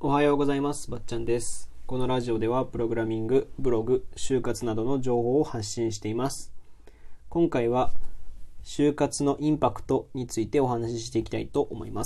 おはようございます。ばっちゃんです。このラジオではプログラミング、ブログ、就活などの情報を発信しています。今回は就活のインパクトについてお話ししていきたいと思います。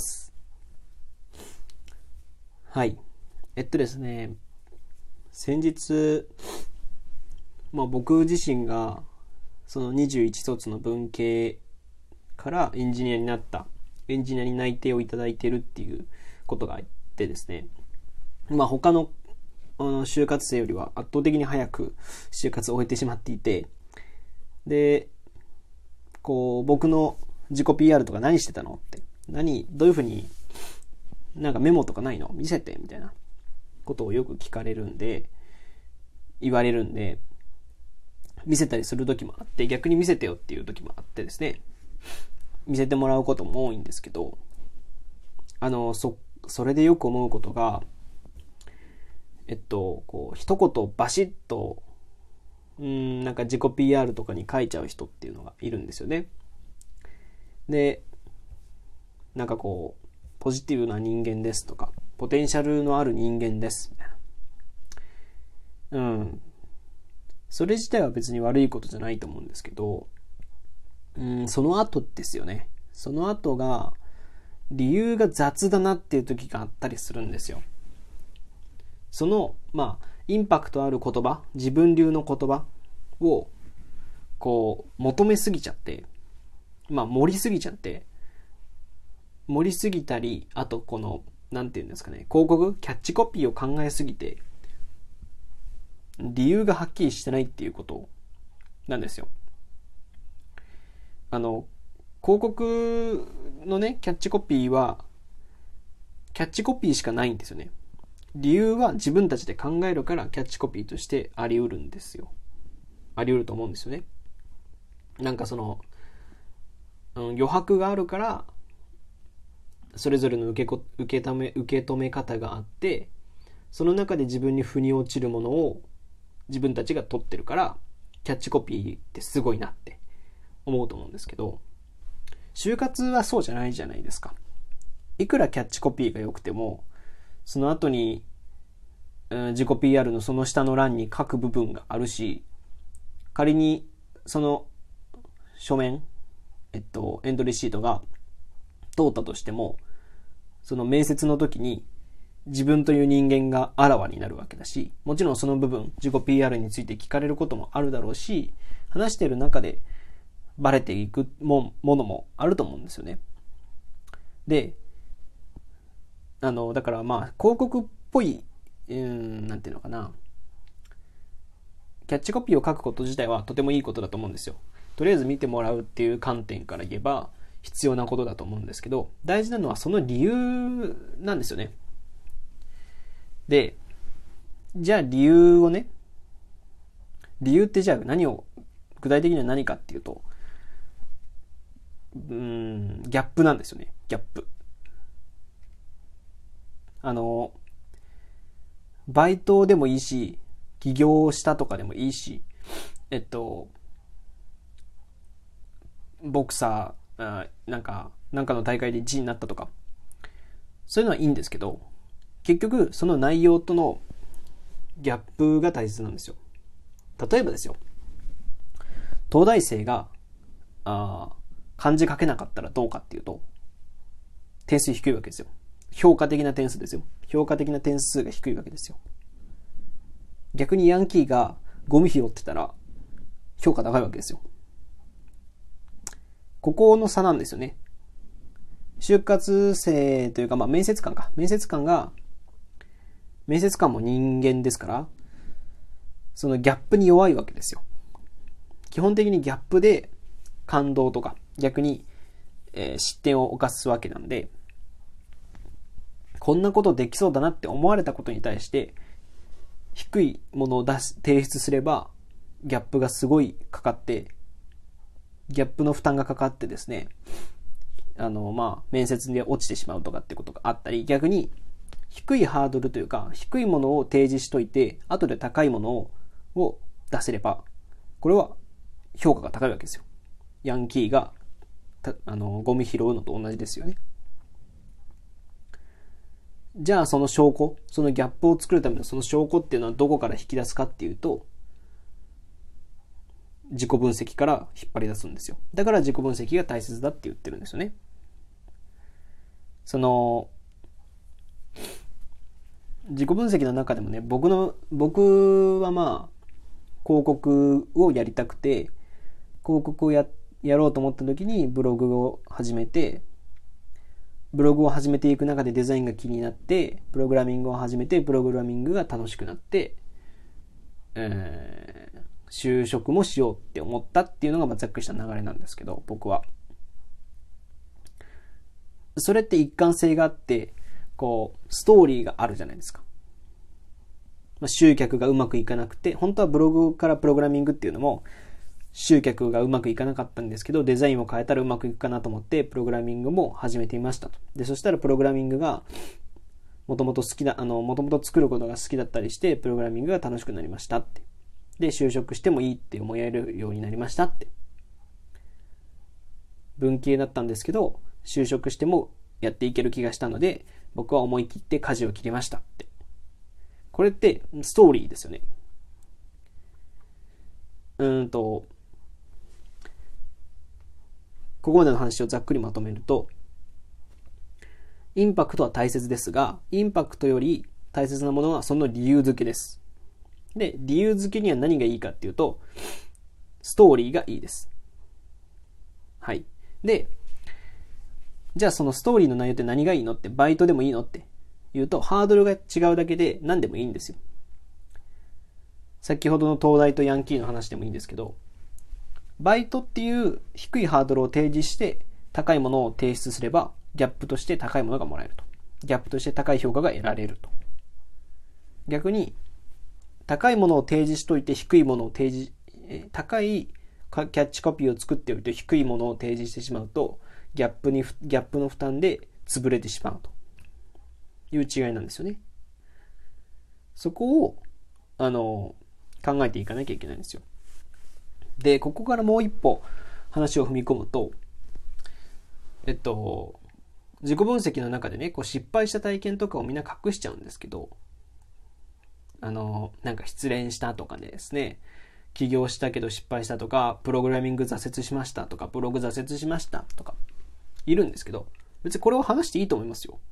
はい。ですね、先日、僕自身がその21卒の文系からエンジニアになった、エンジニアに内定をいただいているっていうことがあってですね、他の就活生よりは圧倒的に早く就活を終えてしまっていて、で、僕の自己 PR とか何してたのって、どういうふうになんかメモとかないの見せてみたいなことをよく言われるんで、見せたりする時もあって、逆に見せてよっていう時もあってですね、見せてもらうことも多いんですけど、それでよく思うことが、一言バシッとなんか自己 PR とかに書いちゃう人っていうのがいるんですよね。で、ポジティブな人間ですとか、ポテンシャルのある人間ですみたいな。それ自体は別に悪いことじゃないと思うんですけど、その後ですよね。その後が理由が雑だなっていう時があったりするんですよ。そのインパクトある言葉、自分流の言葉を求めすぎちゃって、盛りすぎたり、あとなんていうんですかね、広告、キャッチコピーを考えすぎて理由がはっきりしてないっていうことなんですよ。広告のね、キャッチコピーはキャッチコピーしかないんですよね。理由は自分たちで考えるからキャッチコピーとしてあり得るんですよ。あり得ると思うんですよね。余白があるからそれぞれの受け止め方があって、その中で自分に腑に落ちるものを自分たちが取ってるからキャッチコピーってすごいなって思うと思うんですけど、就活はそうじゃないじゃないですか。いくらキャッチコピーが良くても、その後に、自己 PR のその下の欄に書く部分があるし、仮にその書面、エントリーシートが通ったとしても、その面接の時に自分という人間があらわになるわけだし、もちろんその部分、自己 PR について聞かれることもあるだろうし、話している中でバレていくものもあると思うんですよね。で、だから広告っぽい、なんていうのかな、キャッチコピーを書くこと自体はとてもいいことだと思うんですよ。とりあえず見てもらうっていう観点から言えば必要なことだと思うんですけど、大事なのはその理由なんですよね。で、じゃあ理由ってじゃあ具体的には何かっていうと、ギャップなんですよね。ギャップ。バイトでもいいし、起業したとかでもいいし、ボクサー、なんかの大会で1位になったとか、そういうのはいいんですけど、結局その内容とのギャップが大切なんですよ。例えばですよ、東大生が漢字書けなかったらどうかっていうと、点数低いわけですよ。評価的な点数ですよ。評価的な点数が低いわけですよ。逆にヤンキーがゴミ拾ってたら評価高いわけですよ。ここの差なんですよね。就活生というか、面接官も人間ですから、そのギャップに弱いわけですよ。基本的にギャップで感動とか逆に、失点を犯すわけなんで、こんなことできそうだなって思われたことに対して低いものを提出すれば、ギャップがすごいかかって、ギャップの負担がかかってですね、面接で落ちてしまうとかってことがあったり、逆に低いハードルというか、低いものを提示しといて、後で高いものを出せれば、これは評価が高いわけですよ。ヤンキーがゴミ拾うのと同じですよね。 じゃあその証拠、そのギャップを作るためのその証拠っていうのはどこから引き出すかっていうと、自己分析から引っ張り出すんですよ。だから自己分析が大切だって言ってるんですよね。その自己分析の中でもね、僕はまあ広告をやりたくて、広告をやろうと思った時にブログを始めて、ブログを始めていく中でデザインが気になって、プログラミングを始めて、プログラミングが楽しくなって、就職もしようって思ったっていうのがざっくりした流れなんですけど、僕は。それって一貫性があって、こう、ストーリーがあるじゃないですか。集客がうまくいかなくて、本当はブログからプログラミングっていうのも、集客がうまくいかなかったんですけど、デザインを変えたらうまくいくかなと思って、プログラミングも始めてみましたと。で、そしたらプログラミングが、もともと作ることが好きだったりして、プログラミングが楽しくなりましたって。で、就職してもいいって思えるようになりましたって。文系だったんですけど、就職してもやっていける気がしたので、僕は思い切って舵を切りましたって。これってストーリーですよね。ここまでの話をざっくりまとめると、インパクトは大切ですが、インパクトより大切なものはその理由付けです。で、理由付けには何がいいかっていうと、ストーリーがいいです。はい。で、じゃあそのストーリーの内容って何がいいのって、バイトでもいいのって言うと、ハードルが違うだけで何でもいいんですよ。先ほどの東大とヤンキーの話でもいいんですけど、バイトっていう低いハードルを提示して高いものを提出すれば、ギャップとして高いものがもらえると。ギャップとして高い評価が得られると。逆に、高いものを提示しといて低いものを高いキャッチコピーを作っておいて低いものを提示してしまうと、ギャップの負担で潰れてしまうという違いなんですよね。そこを、考えていかなきゃいけないんですよ。で、ここからもう一歩話を踏み込むと、自己分析の中でね、こう失敗した体験とかをみんな隠しちゃうんですけど、なんか失恋したとかですね、起業したけど失敗したとか、プログラミング挫折しましたとか、ブログ挫折しましたとか、いるんですけど、別にこれを話していいと思いますよ。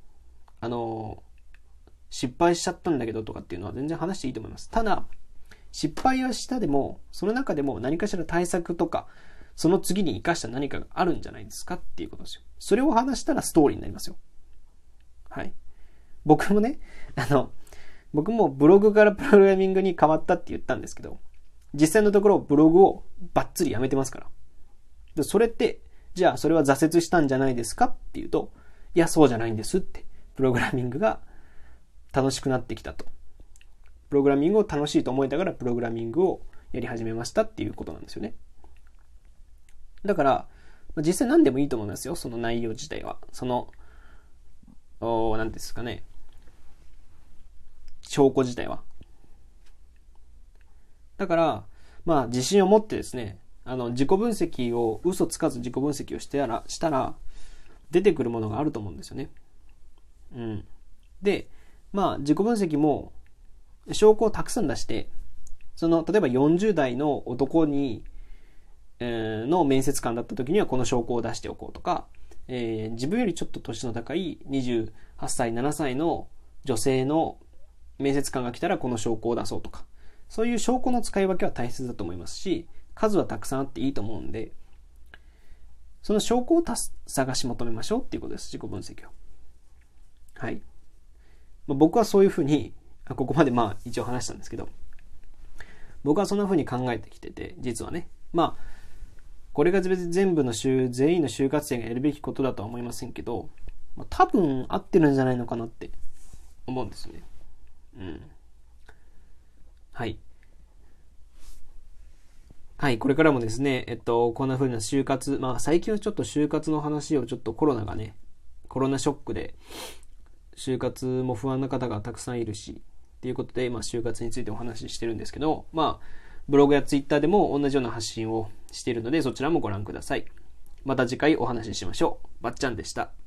失敗しちゃったんだけどとかっていうのは全然話していいと思います。ただ、失敗はしたでも、その中でも何かしら対策とか、その次に生かした何かがあるんじゃないですかっていうことですよ。それを話したらストーリーになりますよ。はい。僕もね、僕もブログからプログラミングに変わったって言ったんですけど、実際のところブログをバッツリやめてますから。でそれって、じゃあそれは挫折したんじゃないですかっていうと、いや、そうじゃないんですって。プログラミングが楽しくなってきたと。プログラミングを楽しいと思えたからプログラミングをやり始めましたっていうことなんですよね。だから、実際何でもいいと思いますよ。その内容自体は。何ですかね。証拠自体は。だから、自信を持ってですね、自己分析を、嘘つかず自己分析をしたら、出てくるものがあると思うんですよね。うん。で、自己分析も、証拠をたくさん出して、例えば40代の男に、の面接官だった時にはこの証拠を出しておこうとか、自分よりちょっと年の高い28歳、7歳の女性の面接官が来たらこの証拠を出そうとか、そういう証拠の使い分けは大切だと思いますし、数はたくさんあっていいと思うんで、その証拠を探し求めましょうっていうことです、自己分析を。はい。僕はそういうふうに、ここまで一応話したんですけど、僕はそんなふうに考えてきてて、実はね、これが全部の全員の就活生がやるべきことだとは思いませんけど、多分合ってるんじゃないのかなって思うんですよね。うん。はい。はい、これからもですね、こんな風な就活、最近はちょっと就活の話をちょっとコロナショックで、就活も不安な方がたくさんいるし、っていうことで、就活についてお話ししてるんですけど、ブログやツイッターでも同じような発信をしているので、そちらもご覧ください。また次回お話ししましょう。ばっちゃんでした。